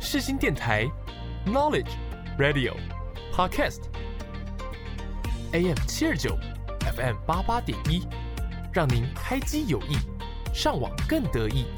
世新电台 Knowledge Radio Podcast AM 729 FM 88.1，让您开机有益，上网更得意。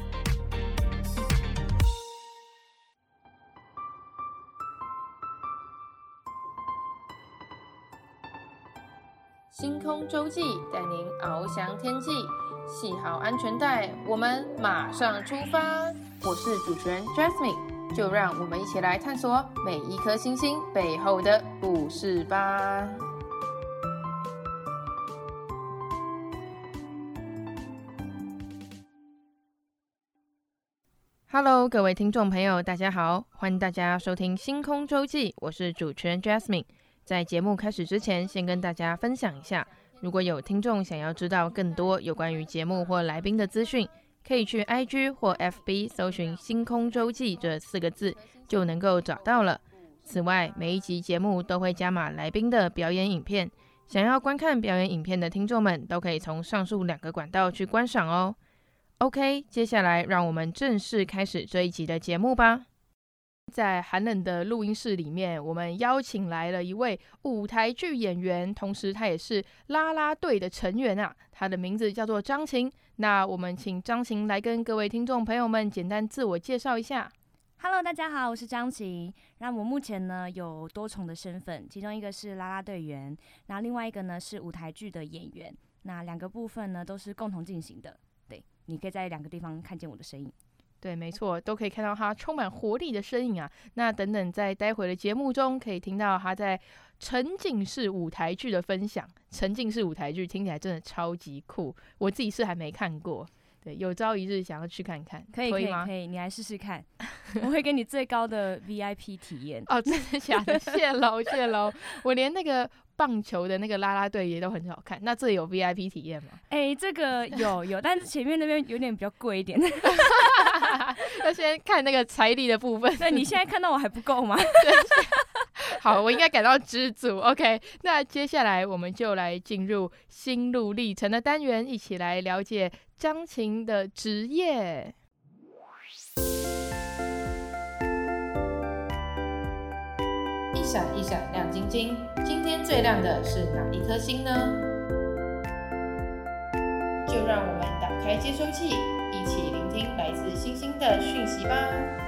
星空周记带您翱翔天际，系好安全带，我们马上出发。我是主持人 Jasmine， 就让我们一起来探索每一颗星星背后的故事吧。Hello， 各位听众朋友，大家好，欢迎大家收听星空周记，我是主持人 Jasmine。在节目开始之前，先跟大家分享一下，如果有听众想要知道更多有关于节目或来宾的资讯，可以去 IG 或 FB 搜寻星空周记这4个字就能够找到了。此外，每一集节目都会加码来宾的表演影片，想要观看表演影片的听众们都可以从上述2个管道去观赏哦。OK， 接下来让我们正式开始这一集的节目吧。在寒冷的录音室里面，我们邀请来了一位舞台剧演员，同时他也是啦啦队的成员啊。他的名字叫做张晴。那我们请张晴来跟各位听众朋友们简单自我介绍一下。 Hello， 大家好，我是张晴。那我目前呢有多重的身份，其中一个是啦啦队员，那另外一个呢是舞台剧的演员。那2个部分呢都是共同进行的。对，你可以在2个地方看见我的身影。 对，没错，都可以看到他充满活力的身影啊。那等等在待会的节目中可以听到他在沉浸式舞台剧的分享。沉浸式舞台剧听起来真的超级酷，我自己是还没看过。对，有朝一日想要去看看， 可以吗？可以，你来试试看，我会给你最高的 VIP 体验。 哦，真的假的？谢喽谢喽，我连那个棒球的那个啦啦队也都很好看。那这里有 VIP 体验吗？ 这个有，但是前面那边有点比较贵一点。 要先看那个财力的部分。 对，你现在看到我还不够吗？ 好，我应该感到知足。OK， 那接下来我们就来进入心路历程的单元，一起来了解张晴的职业。一闪一闪亮晶晶，今天最亮的是哪一颗星呢？就让我们打开接收器，一起聆听来自星星的讯息吧。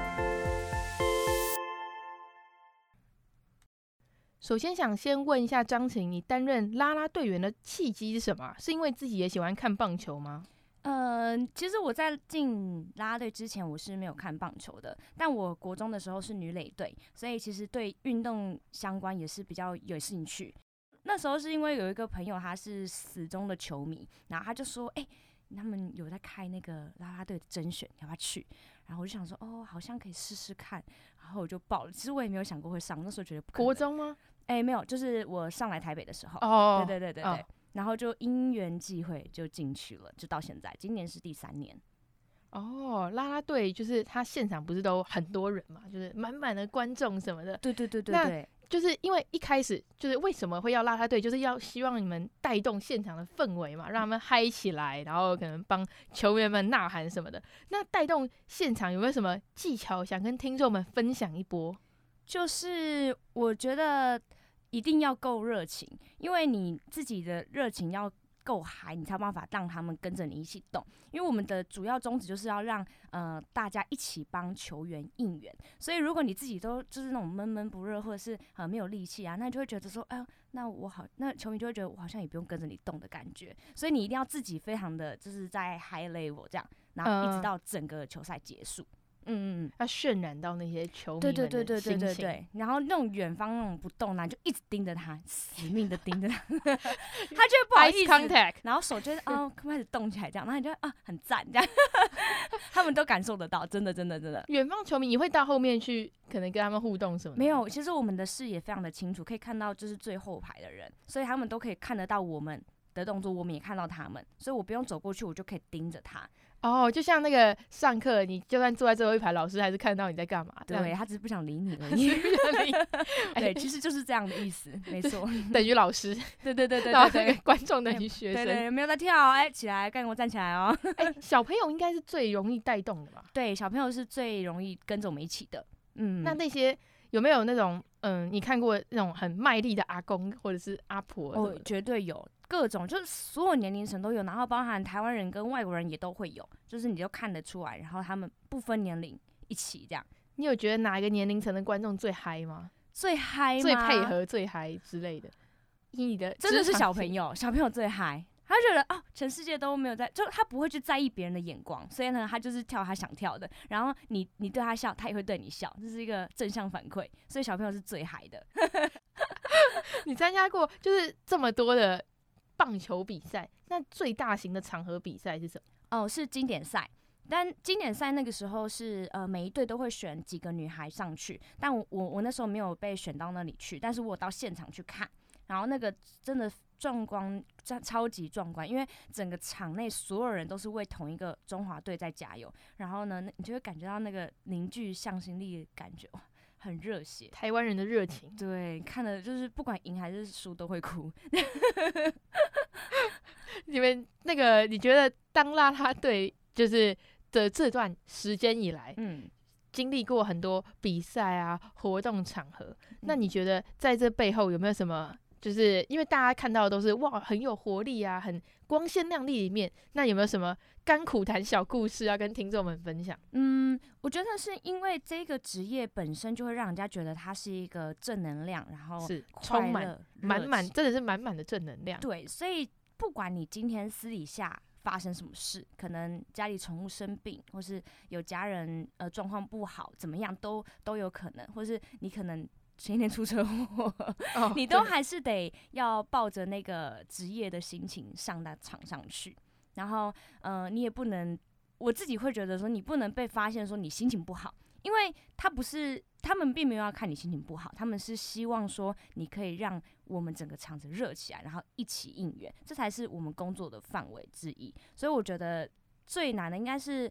首先想先问一下张晴，你担任啦啦队员的契机是什么？是因为自己也喜欢看棒球吗？ 其实我在进啦啦队之前我是没有看棒球的，但我国中的时候是女垒队，所以其实对运动相关也是比较有兴趣。那时候是因为有一个朋友他是死忠的球迷，然后他就说他们有在开那个啦啦队的甄选，要不要去？然后我就想说好像可以试试看，然后我就报了。其实我也没有想过会上，那时候觉得不可能。国中吗？ 没有，就是我上来台北的时候。对，然后就因缘际会就进去了，就到现在，今年是第3年。 啦啦队就是他现场不是都很多人嘛，就是满满的观众什么的。 对。 那就是因为一开始就是为什么会要啦啦队，就是要希望你们带动现场的氛围嘛，让他们嗨起来，然后可能帮球员们呐喊什么的。那带动现场有没有什么技巧想跟听众们分享一波？ 就是我觉得一定要够热情，因为你自己的热情要够嗨，你才有办法让他们跟着你一起动。因为我们的主要宗旨就是要让大家一起帮球员应援，所以如果你自己都就是那种闷闷不热，或者是没有力气啊，那你就会觉得说，那球迷就会觉得我好像也不用跟着你动的感觉。所以你一定要自己非常的就是在 high level 这样，然后一直到整个球赛结束。 要渲染到那些球迷们的心情。 对，然后那种远方那种不动呢，就一直盯着他，死命的盯着他，他就会不好意思，然后手就开始动起来这样，然后你就很赞这样，他们都感受得到，真的。 远方球迷你会到后面去，可能跟他们互动什么的？ 没有，其实我们的视野非常的清楚，可以看到就是最后排的人，所以他们都可以看得到我们的动作，我们也看到他们，所以我不用走过去，我就可以盯着他。 就像那个上课，你就算坐在最后一排，老师还是看到你在干嘛。 对，他只是不想理你而已。对，其实就是这样的意思，没错。 等于老师。对。然后观众等于学生。 对，没有在跳，起来，干我站起来哦。 小朋友应该是最容易带动的吧？ 对，小朋友是最容易跟着我们一起的。 那些有没有那种你看过那种很卖力的阿公或者是阿婆？ 哦，绝对有，各种就是所有年龄层都有，然后包含台湾人跟外国人也都会有，就是你就看得出来，然后他们不分年龄一起这样。 你有觉得哪一个年龄层的观众最嗨吗？ 最嗨吗？ 最配合、最嗨之类的？以你的真的是小朋友，小朋友最嗨。他就觉得全世界都没有就他不会去在意别人的眼光，所以呢，他就是跳他想跳的。然后你对他笑，他也会对你笑，这是一个正向反馈。所以小朋友是最嗨的。 你参加过就是这么多的棒球比赛，那最大型的场合比赛是什么？ 哦，是经典赛。但经典赛那个时候是每一队都会选几个女孩上去，但我那时候没有被选到那里去，但是我到现场去看，然后那个真的壮观，超级壮观，因为整个场内所有人都是为同一个中华队在加油，然后呢，你就会感觉到那个凝聚向心力的感觉，很热血， 台湾人的热情。 对，看的就是不管赢还是输都会哭。 你们那个，你觉得当啦啦队就是的这段时间以来，经历过很多比赛啊、活动场合，那你觉得在这背后有没有什么？就是因为大家看到的都是哇很有活力啊，很光鲜亮丽的一面，那有没有什么甘苦谈小故事要跟听众们分享？ 我觉得是因为这个职业本身就会让人家觉得它是一个正能量，然后是充满满，真的是满满的正能量。 对，所以不管你今天私底下发生什么事，可能家里宠物生病，或是有家人状况不好，怎么样都有可能，或是你可能前一天出车祸，你都还是得要抱着那个职业的心情上到场上去。然后你也不能，我自己会觉得说，你不能被发现说你心情不好，因为他们并没有要看你心情不好，他们是希望说你可以让我们整个场子热起来，然后一起应援，这才是我们工作的范围之一。所以我觉得最难的应该是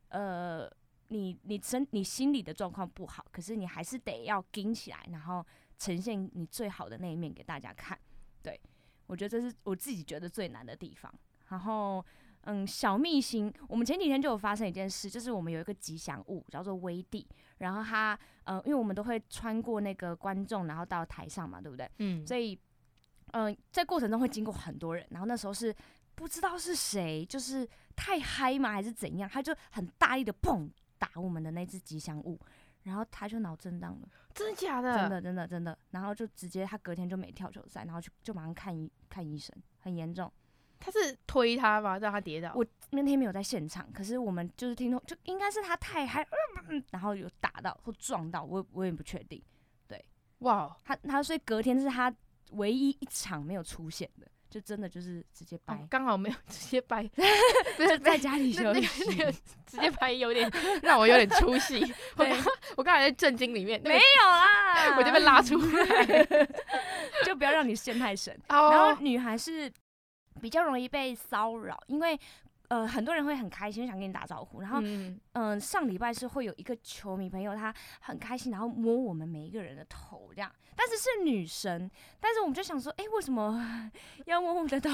你心里的状况不好，可是你还是得要硬起来，然后呈现你最好的那一面给大家看。对，我觉得这是我自己觉得最难的地方。然后小秘辛，我们前几天就有发生一件事，就是我们有一个吉祥物叫做威帝，然后他因为我们都会穿过那个观众，然后到台上嘛，对不对？所以在过程中会经过很多人，然后那时候是不知道是谁，就是太嗨嘛还是怎样，他就很大力的砰打我们的那只吉祥物，然后他就脑震荡了。 真的假的？ 真的，然后就直接他隔天就没跳球赛，然后就马上看医生，很严重。 他是推他吗？让他跌倒？ 我那天没有在现场，可是我们就是听到，就应该是他太嗨，然后有打到或撞到，我也不确定。对， 哇， 他所以隔天是他唯一一场没有出现的，就真的就是直接掰， 刚好没有直接掰， 就在家里休息。 那个直接掰有点让我有点出戏。我刚才在震惊里面， 没有啦， 我就被拉出来， 就不要让你陷太深。然后女孩是比较容易被骚扰，因为很多人会很开心，想跟你打招呼。然后上礼拜是会有一个球迷朋友，他很开心，然后摸我们每一个人的头这样，但是是女生，但是我们就想说，为什么要摸我们的头？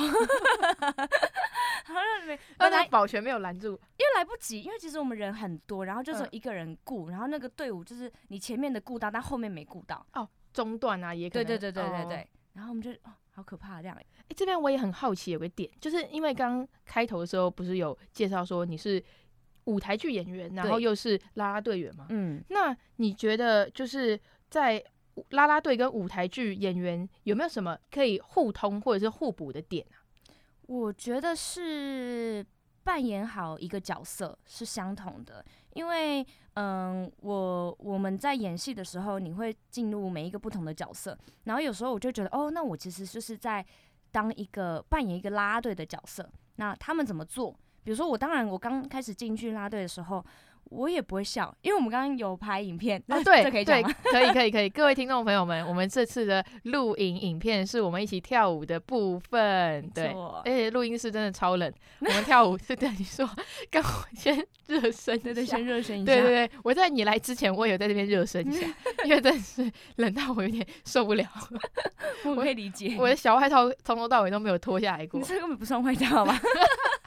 那保全没有拦住， 因为来不及，因为其实我们人很多，然后就只有一个人顾，然后那个队伍就是你前面的顾到，但后面没顾到。 中段啊也可能。 对。然后我们就好可怕这样。 这边我也很好奇，有个点，就是因为刚开头的时候不是有介绍说你是舞台剧演员，然后又是啦啦队员嘛？那你觉得就是在啦啦队跟舞台剧演员有没有什么可以互通或者是互补的点啊？ 我觉得是扮演好一个角色是相同的，因为我们在演戏的时候，你会进入每一个不同的角色，然后有时候我就觉得那我其实就是在扮演一个啦啦队的角色。那他们怎么做？比如说我刚开始进去啦啦队的时候，我也不会笑，因为我们刚刚有拍影片。 对， 这可以讲吗？ 可以。各位听众朋友们，我们这次的录影影片是我们一起跳舞的部分。对，而且录音室真的超冷，我们跳舞是等于说刚好先热身， 对，先热身一下。 对，我在你来之前，我有在这边热身一下，因为真的是冷到我有点受不了。 我可以理解， 我的小外套从头到尾都没有脱下来过。 你这根本不算外套吧？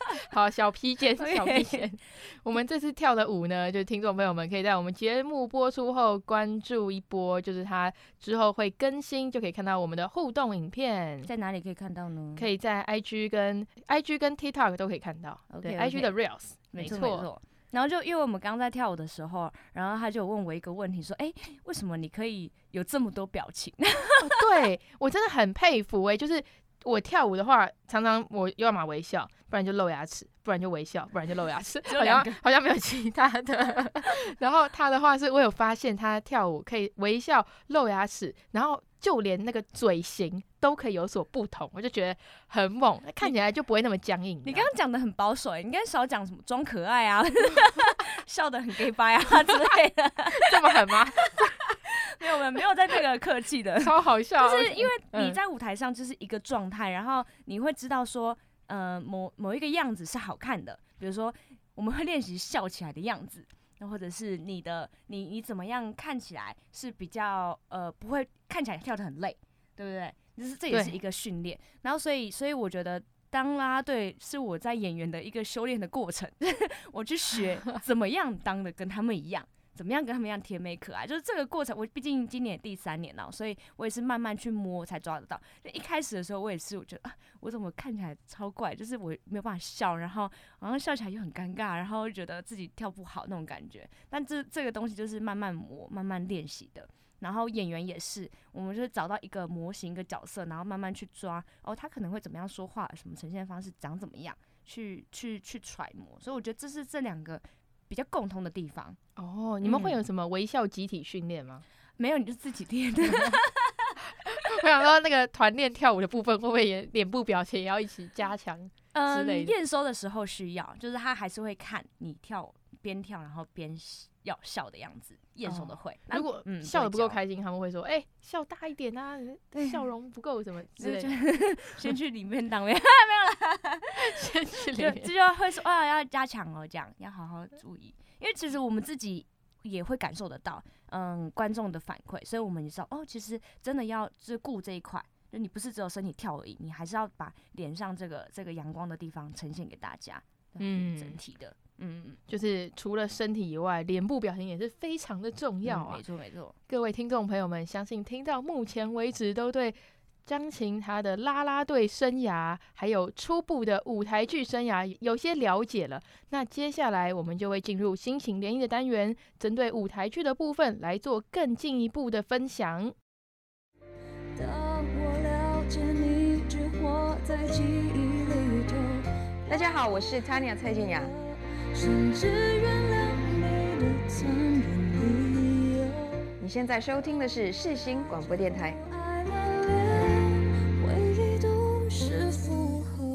好，小披肩， OK 小披肩。我们这次跳的舞呢，就是听众朋友们可以在我们节目播出后关注一波，就是它之后会更新，就可以看到我们的互动影片。 在哪里可以看到呢？ 可以在 IG 跟 TikTok 都可以看到。对 OK， ，IG 的 Reels， 没错。 错。然后就因为我们刚刚在跳舞的时候，然后他就问我一个问题，说：“为什么你可以有这么多表情？” 对我真的很佩服就是我跳舞的话，常常我要么微笑，不然就露牙齿，不然就微笑，不然就露牙齿，好像没有其他的。然后他的话是我有发现他跳舞可以微笑、露牙齿，然后就连那个嘴型都可以有所不同，我就觉得很猛，看起来就不会那么僵硬。 你刚刚讲的很保守，你应该少讲什么装可爱啊，笑得很 gay 掰啊之类的， 这么狠吗？ 没有在这个客气的， 超好笑。 就是因为你在舞台上就是一个状态，然后你会知道说，某一个样子是好看的，比如说我们会练习笑起来的样子，或者是你怎么样看起来是比较不会看起来跳得很累，对不对？就是这也是一个训练。然后所以我觉得当啦啦队是我在演员的一个修炼的过程，我去学怎么样当的跟他们一样。怎么样跟他们一样甜美可爱，就是这个过程。我毕竟今年第3年了，所以我也是慢慢去摸才抓得到。一开始的时候，我也是，我觉得我怎么看起来超怪，就是我没有办法笑，然后好像笑起来又很尴尬，然后觉得自己跳不好那种感觉。但这个东西就是慢慢磨、慢慢练习的。然后演员也是，我们就是找到一个模型、一个角色，然后慢慢去抓他可能会怎么样说话，什么呈现方式长怎么样，去揣摩。所以我觉得这是这2个比较共通的地方。 你们会有什么微笑集体训练吗？ 没有，你就自己练的。 我想说那个团练跳舞的部分，会不会也脸部表情也要一起加强之类的？ 验收的时候需要，就是他还是会看你边跳然后边要笑的样子，验收的会。 如果笑得不够开心，他们会说：“笑大一点啊，笑容不够什么之类的。” 先去里面当没有啦， 先去里面就会说要加强这样要好好注意，因为其实我们自己也会感受得到，观众的反馈，所以我们也知道其实真的要就是顾这一块，就你不是只有身体跳而已，你还是要把脸上这个阳光的地方呈现给大家，整体的。 就是除了身体以外，脸部表情也是非常的重要啊。 没错没错。 各位听众朋友们，相信听到目前为止都对张晴她的啦啦队生涯，还有初步的舞台剧生涯有些了解了。那接下来我们就会进入心情联谊的单元，针对舞台剧的部分来做更进一步的分享。 当我了解你，只活在记忆里头。 大家好，我是 Tanya 蔡健雅。 甚至原谅你的残忍理由。 你现在收听的是世新广播电台。 爱了连回忆都是负荷。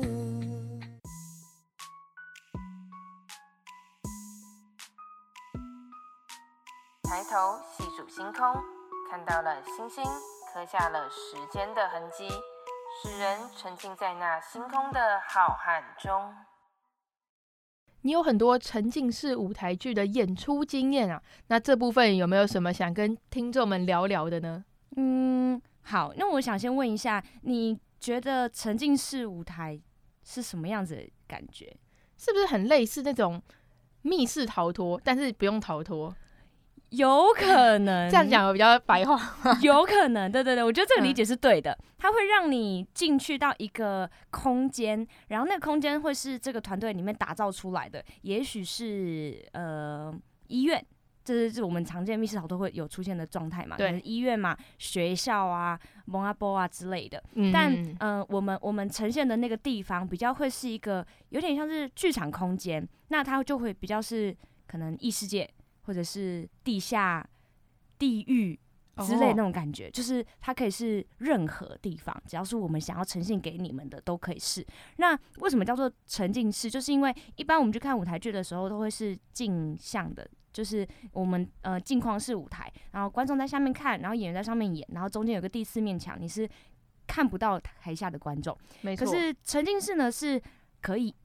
抬头细数星空，看到了星星，刻下了时间的痕迹，使人沉浸在那星空的浩瀚中。你有很多沉浸式舞台剧的演出经验啊，那这部分有没有什么想跟听众们聊聊的呢？ 好，那我想先问一下，你觉得沉浸式舞台是什么样子的感觉？ 是不是很类似那种密室逃脱，但是不用逃脱？ 有可能这样讲比较白话吗？ 有可能，对对对，我觉得这个理解是对的。它会让你进去到一个空间，然后那个空间会是这个团队里面打造出来的，也许是医院，这是我们常见密室逃脱会有出现的状态嘛？对，医院嘛，学校啊、蒙阿波啊之类的。但我们呈现的那个地方比较会是一个有点像是剧场空间，那它就会比较是可能异世界。或者是地下地狱之类的那种感觉，就是它可以是任何地方，只要是我们想要呈现给你们的都可以是。那为什么叫做沉浸式？就是因为一般我们去看舞台剧的时候都会是镜像的，就是我们镜框式舞台，然后观众在下面看，然后演员在上面演，然后中间有个第4面墙，你是看不到台下的观众。 没错。 可是沉浸式呢是可以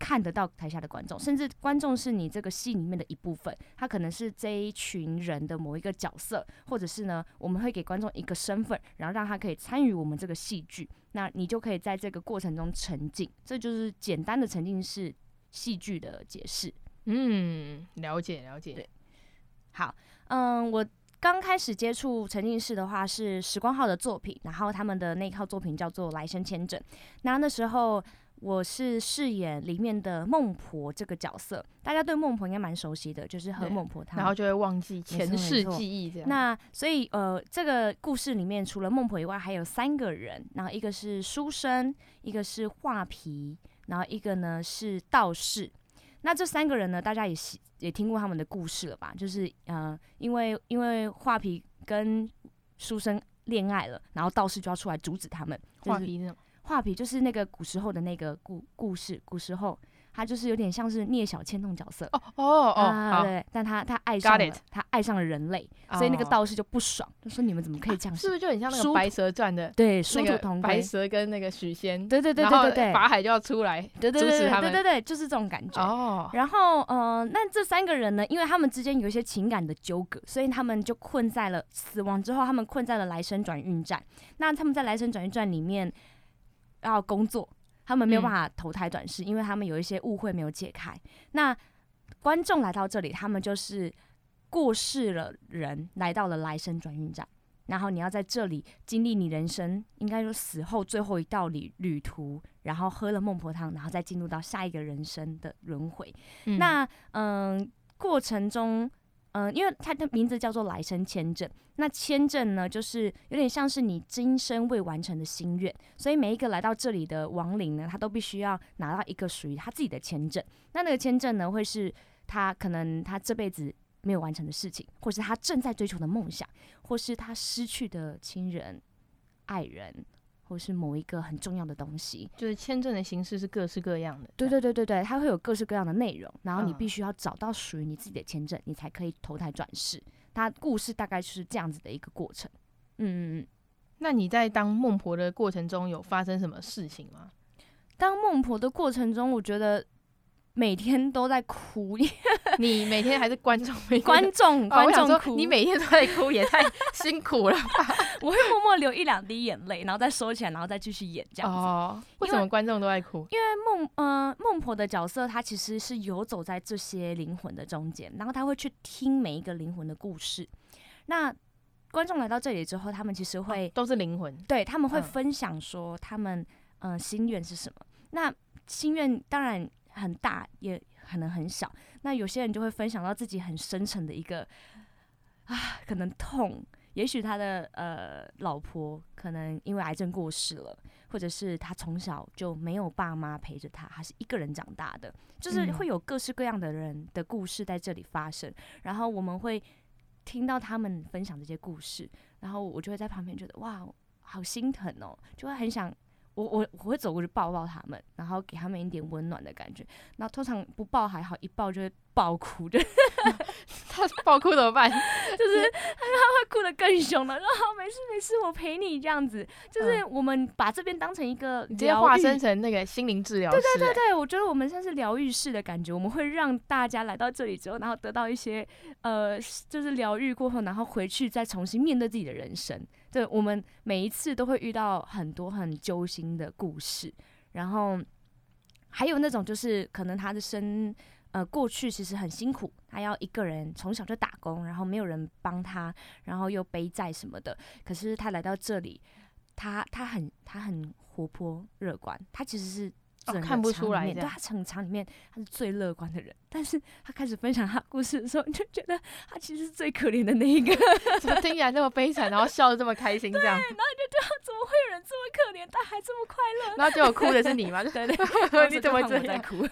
看得到台下的观众，甚至观众是你这个戏里面的一部分，他可能是这一群人的某一个角色，或者是呢，我们会给观众一个身份，然后让他可以参与我们这个戏剧，那你就可以在这个过程中沉浸，这就是简单的沉浸式戏剧的解释。 了解了解。 对，好，我刚开始接触沉浸式的话是时光号的作品，然后他们的那套作品叫做《来生签证》，那时候我是饰演里面的孟婆这个角色，大家对孟婆应该蛮熟悉的，就是喝孟婆汤， 然后就会忘记前世记忆这样。 那所以这个故事里面除了孟婆以外，还有3个人，然后一个是书生，一个是画皮，然后一个呢是道士。那这3个人呢，大家也听过他们的故事了吧？就是因为画皮跟书生恋爱了，然后道士就要出来阻止他们。 画皮是什么？ 画皮就是那个古时候的那个故事，古时候他就是有点像是聂小倩那种角色。对，但他爱上了人类，所以那个道士就不爽，就说你们怎么可以这样？ 是不是就很像那个《白蛇传》的？ 对，殊途同归。 白蛇跟那个许仙， 对， 然后法海就要出来阻止他们。 对，就是这种感觉。然后那这3个人呢，因为他们之间有一些情感的纠葛，所以他们就困在了死亡之后，他们困在了来生转运站。那他们在来生转运站里面要工作，他们没有办法投胎转世，因为他们有一些误会没有解开。那观众来到这里，他们就是过世了人来到了来生转运站，然后你要在这里经历你人生应该说死后最后一道旅途，然后喝了孟婆汤，然后再进入到下一个人生的轮回。那过程中因为它的名字叫做来生签证，那签证呢，就是有点像是你今生未完成的心愿，所以每一个来到这里的亡灵呢，他都必须要拿到一个属于他自己的签证。那个签证呢，会是他可能他这辈子没有完成的事情，或是他正在追求的梦想，或是他失去的亲人、爱人，或是某一个很重要的东西。 就是签证的形式是各式各样的。 对，它会有各式各样的内容，然后你必须要找到属于你自己的签证，你才可以投胎转世。它故事大概就是这样子的一个过程。 那你在当孟婆的过程中有发生什么事情吗？ 当孟婆的过程中，我觉得每天都在哭。 你每天还是观众？ 观众哭。 你每天都在哭，也太辛苦了吧？ 我会默默流1-2滴眼泪，然后再收起来，然后再继续演这样子。 为什么观众都在哭？ 因为孟婆的角色，她其实是游走在这些灵魂的中间，然后她会去听每一个灵魂的故事。那观众来到这里之后，他们其实会都是灵魂， 对，他们会分享说他们心愿是什么。那心愿当然很大，也可能很小。那有些人就会分享到自己很深沉的一个可能痛，也许他的老婆可能因为癌症过世了，或者是他从小就没有爸妈陪着他，他是一个人长大的，就是会有各式各样的人的故事在这里发生。然后我们会听到他们分享这些故事，然后我就会在旁边觉得哇，好心疼哦，就会很想。我会走过去抱抱他们，然后给他们一点温暖的感觉。然后通常不抱还好，一抱就会爆哭的。 他爆哭怎么办？ 就是他会哭得更凶了。然后没事，我陪你这样子。就是我们把这边当成一个直接化身成那个心灵治疗师。 对，我觉得我们像是疗愈室的感觉。我们会让大家来到这里之后，然后得到一些就是疗愈过后，然后回去再重新面对自己的人生。对，我们每一次都会遇到很多很揪心的故事，然后还有那种就是可能他的过去其实很辛苦，他要一个人从小就打工，然后没有人帮他，然后又背债什么的。可是他来到这里，他很活泼乐观，他其实是看不出来， 对，他整场里面他是最乐观的人，但是他开始分享他故事的时候，你就觉得他其实是最可怜的那一个。 怎么听起来这么悲惨，然后笑得这么开心这样？ 对，然后你就觉得怎么会有人这么可怜，但还这么快乐？ 然后结果哭的是你吗？ 对， 你怎么这样？ 在哭？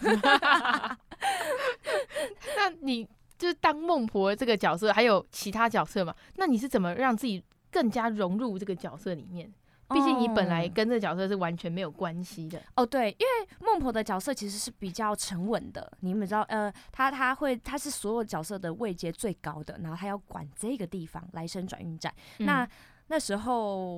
那你就是当孟婆这个角色，还有其他角色嘛？那你是怎么让自己更加融入这个角色里面？毕竟你本来跟这个角色是完全没有关系的。 对，因为孟婆的角色其实是比较沉稳的，你们知道，他是所有角色的位阶最高的，然后他要管这个地方来生转运站。那时候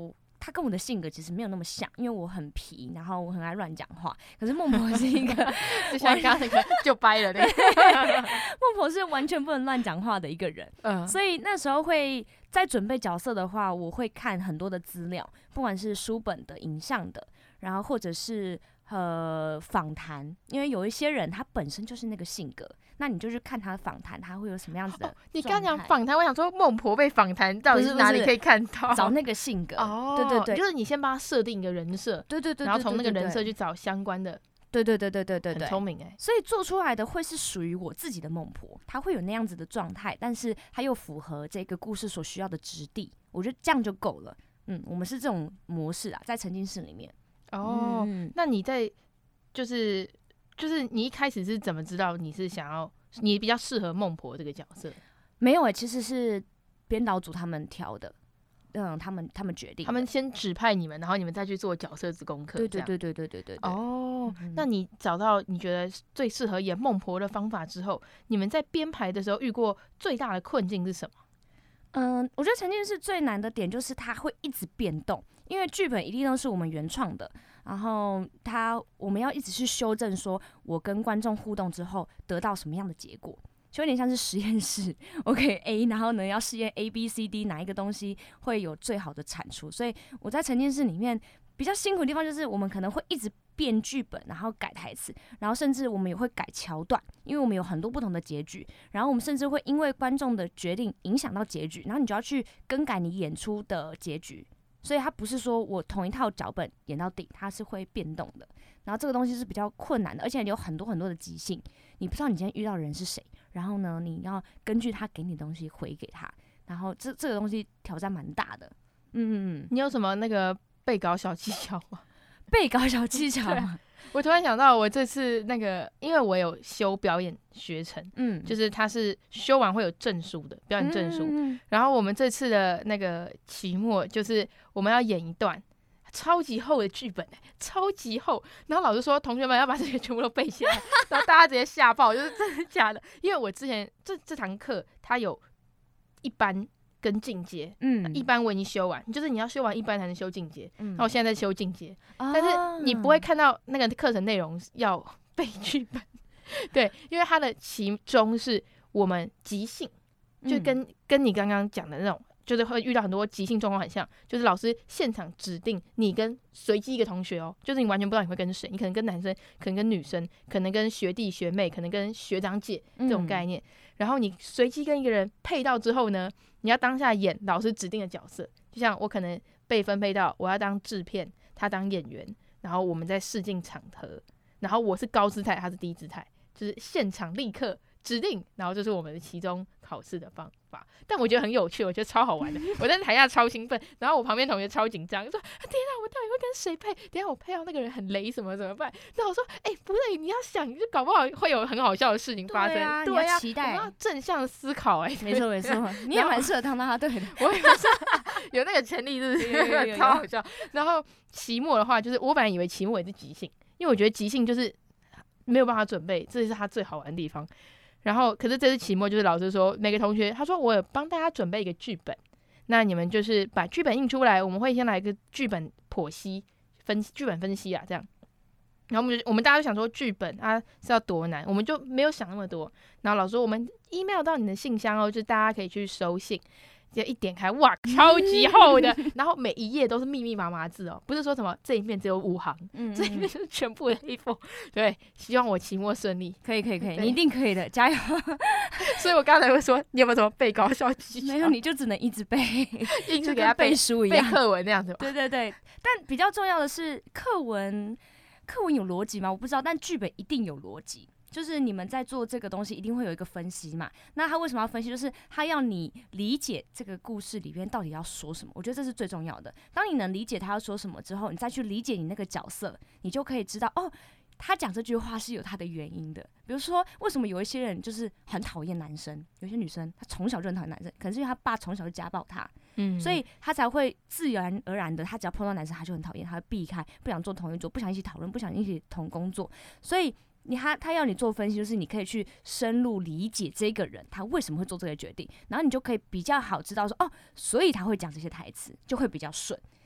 他跟我的性格其实没有那么像，因为我很皮，然后我很爱乱讲话。可是孟婆是一个， 就像刚刚那个就掰了那个， 孟婆是完全不能乱讲话的一个人。所以那时候会在准备角色的话，我会看很多的资料，不管是书本的、影像的，然后或者是访谈，因为有一些人他本身就是那个性格，那你就去看他的访谈，他会有什么样子的状态。 你刚讲访谈，我想说孟婆被访谈到底是哪里可以看到？ 找那个性格。对对对， 就是你先帮他设定一个人设， 对对对， 然后从那个人设去找相关的。 对对对对对对， 很聪明所以做出来的会是属于我自己的孟婆，她会有那样子的状态，但是她又符合这个故事所需要的质地，我觉得这样就够了。我们是这种模式啊，在沉浸式里面。 那你在就是你一开始是怎么知道你是想要你比较适合孟婆这个角色？ 没有其实是编导组他们挑的。他们决定， 他们先指派你们，然后你们再去做角色之功课。 对对对对对对对。 那你找到你觉得最适合演孟婆的方法之后，你们在编排的时候遇过最大的困境是什么？ 我觉得沉浸式最难的点就是它会一直变动，因为剧本一定都是我们原创的，然后我们要一直去修正，说我跟观众互动之后得到什么样的结果。就有点像是实验室，我给 A， 然后呢要试验 A、B、C、D 哪一个东西会有最好的产出。所以我在沉浸式里面比较辛苦的地方就是我们可能会一直变剧本，然后改台词，然后甚至我们也会改桥段，因为我们有很多不同的结局，然后我们甚至会因为观众的决定影响到结局，然后你就要去更改你演出的结局。所以它不是说我同一套脚本演到底，它是会变动的。然后这个东西是比较困难的，而且有很多很多的即兴，你不知道你今天遇到的人是谁，然后呢，你要根据他给你的东西回给他，然后这个东西挑战蛮大的。 你有什么那个背稿小技巧吗？ 背稿小技巧吗？ 我突然想到，我这次那个，因为我有修表演学程，就是它是修完会有证书的表演证书，然后我们这次的那个期末就是我们要演一段超级厚的剧本，超级厚，然后老师说同学们要把这些全部都背下来，然后大家直接吓爆，就是真的假的？因为我之前这堂课它有一般跟进阶，一般我已经修完，就是你要修完一般才能修进阶，那我现在在修进阶，但是你不会看到那个课程内容要背剧本，对，因为它的其中是我们即兴，就跟你刚刚讲的那种。就是会遇到很多即兴状况很像，就是老师现场指定你跟随机一个同学就是你完全不知道你会跟谁，你可能跟男生，可能跟女生，可能跟学弟学妹，可能跟学长姐这种概念，然后你随机跟一个人配到之后呢，你要当下演老师指定的角色，就像我可能被分配到我要当制片，他当演员，然后我们在试镜场合，然后我是高姿态，他是低姿态，就是现场立刻指定，然后这是我们的期中考试的方法，但我觉得很有趣，我觉得超好玩的。我在台下超兴奋，然后我旁边同学超紧张，说：“天啊，我到底会跟谁配？等一下我配到那个人很雷什么怎么办？”然后我说：“不对，你要想，就搞不好会有很好笑的事情发生。” 对啊，你要期待， 我们要正向思考。 没错没错，你也蛮适合当他对的。 我也是有那个潜力，就是超好笑。然后期末的话，就是我本来以为期末也是即兴，因为我觉得即兴就是没有办法准备，这是他最好玩的地方。然后，可是这次期末就是老师说，每个同学他说我有帮大家准备一个剧本，那你们就是把剧本印出来，我们会先来一个剧本剖析、剧本分析啊，这样。然后我们大家都想说剧本是要多难，我们就没有想那么多。然后老师说我们 email 到你的信箱就是大家可以去收信。就一点开，哇，超级厚的，然后每一页都是密密麻麻字不是说什么这一面只有5行，这一面是全部的 A4。对，希望我期末顺利。 可以，你一定可以的，加油！ 所以我刚才会说，你有没有什么背稿小技巧？ 没有，你就只能一直背， 就给他背书一样， 背课文那样子。 对，但比较重要的是课文有逻辑吗？我不知道，但剧本一定有逻辑。就是你们在做这个东西，一定会有一个分析嘛。那他为什么要分析？就是他要你理解这个故事里边到底要说什么。我觉得这是最重要的。当你能理解他要说什么之后，你再去理解你那个角色，你就可以知道他讲这句话是有他的原因的。比如说，为什么有一些人就是很讨厌男生，有些女生她从小就很讨厌男生，可能是因为她爸从小就家暴她，所以她才会自然而然的，她只要碰到男生，她就很讨厌，她会避开，不想坐同一桌，不想一起讨论，不想一起同工作，所以。他要你做分析，就是你可以去深入理解这个人他为什么会做这个决定，然后你就可以比较好知道说所以他会讲这些台词，就会比较顺。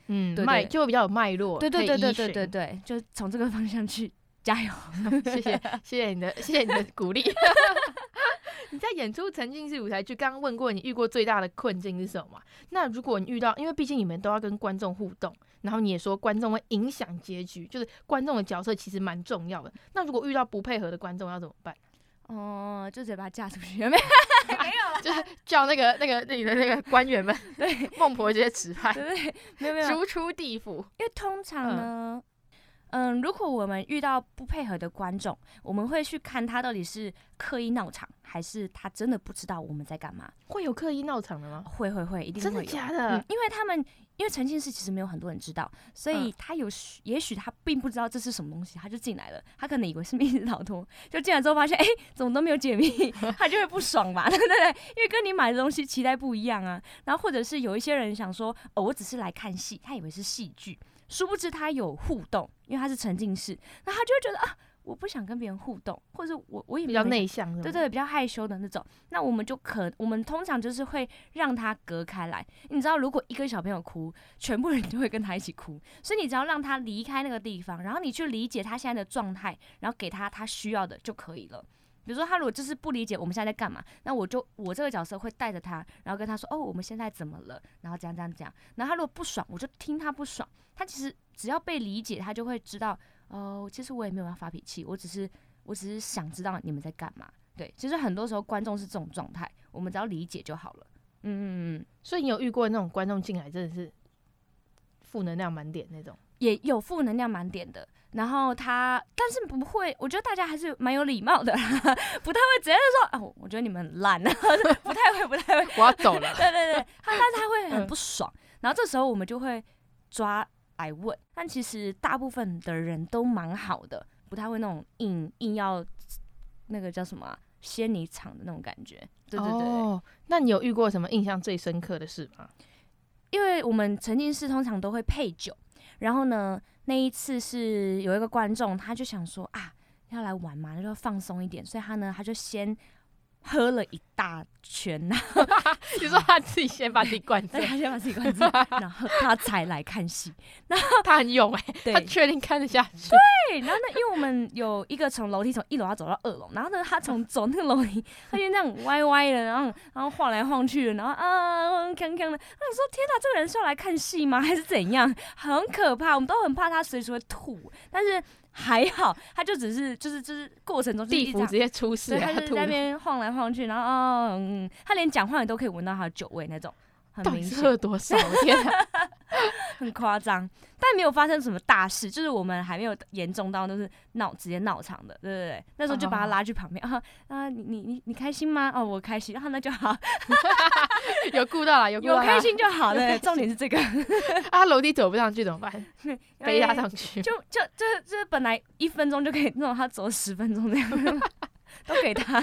对就会比较有脉络， 对，就从这个方向去加油。 谢谢你的鼓励。你在演出沉浸式舞台剧，刚刚问过你遇过最大的困境是什么？那如果你遇到，因为毕竟你们都要跟观众互动，然后你也说观众会影响结局，就是观众的角色其实蛮重要的。那如果遇到不配合的观众要怎么办？ 就直接把他嫁出去，没有啦， 就是叫那个你的那个官员们，对，孟婆直接指派， 对，没有， 逐出地府。 因为通常呢。如果我们遇到不配合的观众，我们会去看他到底是刻意闹场，还是他真的不知道我们在干嘛。 会有刻意闹场的吗？ 会，一定会有。 真的假的？ 因为沉浸式其实没有很多人知道，所以他也许他并不知道这是什么东西，他就进来了，他可能以为是密室逃脱，就进来之后发现，怎么都没有解密，他就会不爽嘛，对不对？因为跟你买的东西期待不一样啊。然后或者是有一些人想说，我只是来看戏，他以为是戏剧。殊不知他有互动，因为他是沉浸式，那他就会觉得我不想跟别人互动，或者我也比较内向， 对，比较害羞的那种。那我们通常就是会让他隔开来。你知道，如果一个小朋友哭，全部人就会跟他一起哭，所以你只要让他离开那个地方，然后你去理解他现在的状态，然后给他需要的就可以了。比如说他如果就是不理解我们现在在干嘛，那我这个角色会带着他，然后跟他说我们现在怎么了，然后这样。然后他如果不爽，我就听他不爽。他其实只要被理解，他就会知道其实我也没有要发脾气，我只是想知道你们在干嘛。对，其实很多时候观众是这种状态，我们只要理解就好了。 所以你有遇过那种观众进来真的是负能量满点那种？ 也有负能量满点的。然后但是不会，我觉得大家还是蛮有礼貌的啦，不太会直接就说我觉得你们很烂啊，不太会， 我要走了。 对，但是他会很不爽，然后这时候我们就会抓来问，但其实大部分的人都蛮好的，不太会那种硬要那个叫什么掀你场的那种感觉。对。 那你有遇过什么印象最深刻的事吗？ 因为我们沉浸式通常都会配酒，然后呢，那一次是有一个观众，他就想说要来玩嘛，就要放松一点，所以他就先喝了一大圈，然后你说他自己先把自己灌醉， 他先把自己灌醉，然后他才来看戏。然后他很勇他确定看得下去。 对，然后呢，因为我们有一个从楼梯从1楼要走到2楼，然后呢，他走那个楼梯，他就那样歪歪的，然后晃来晃去的，然后锵锵的。他想说，天哪，这个人是要来看戏吗？还是怎样？很可怕，我们都很怕他随时会吐，但是还好，他就只是就是过程中地府直接出事， 他就在那边晃来晃去，然后他连讲话你都可以闻到他的酒味那种，很明显。 到底喝多少？天啊， 很夸张，但没有发生什么大事，就是我们还没有严重到都是直接闹场的，对。那时候就把他拉去旁边你开心吗？我开心，然后那就好， 有顾到了，有开心就好了。重点是这个， 楼梯走不上去怎么办？背他上去， 就本来1分钟就可以让他走10分钟这样。都给他，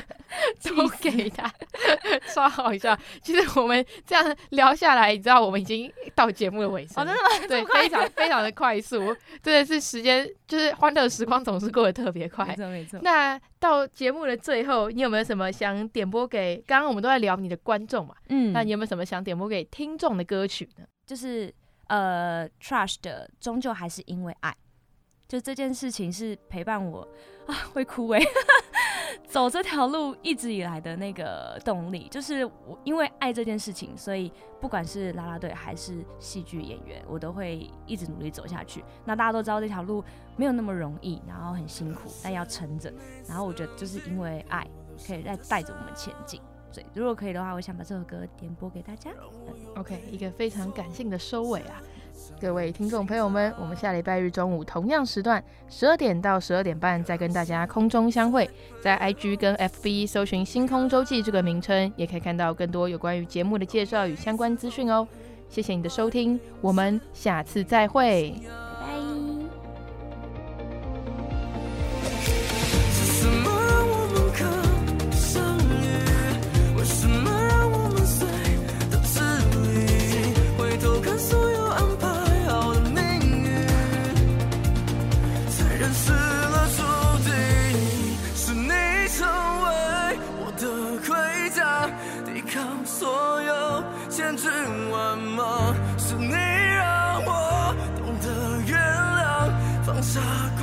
超好笑。其实我们这样聊下来，你知道我们已经到节目的尾声。 真的吗？ 对，非常的快速，真的是时间就是欢乐时光总是过得特别快。 没错。 那到节目的最后，你有没有什么想点播给？刚刚我们都在聊你的观众嘛，那你有没有什么想点播给听众的歌曲呢？ 就是Trash 的《终究还是因为爱》，就这件事情是陪伴我会哭走这条路一直以来的那个动力，就是我因为爱这件事情，所以不管是啦啦队还是戏剧演员，我都会一直努力走下去。那大家都知道这条路没有那么容易，然后很辛苦，但要撑着。然后我觉得就是因为爱，可以再带着我们前进。所以如果可以的话，我想把这首歌点播给大家。 OK， 一个非常感性的收尾啊！各位听众朋友们，我们下礼拜日中午同样时段12点到12点半再跟大家空中相会，在 IG 跟 FB 搜寻星空周记这个名称，也可以看到更多有关于节目的介绍与相关资讯哦。谢谢你的收听，我们下次再会， 拜拜。 所有千军万马，是你让我洒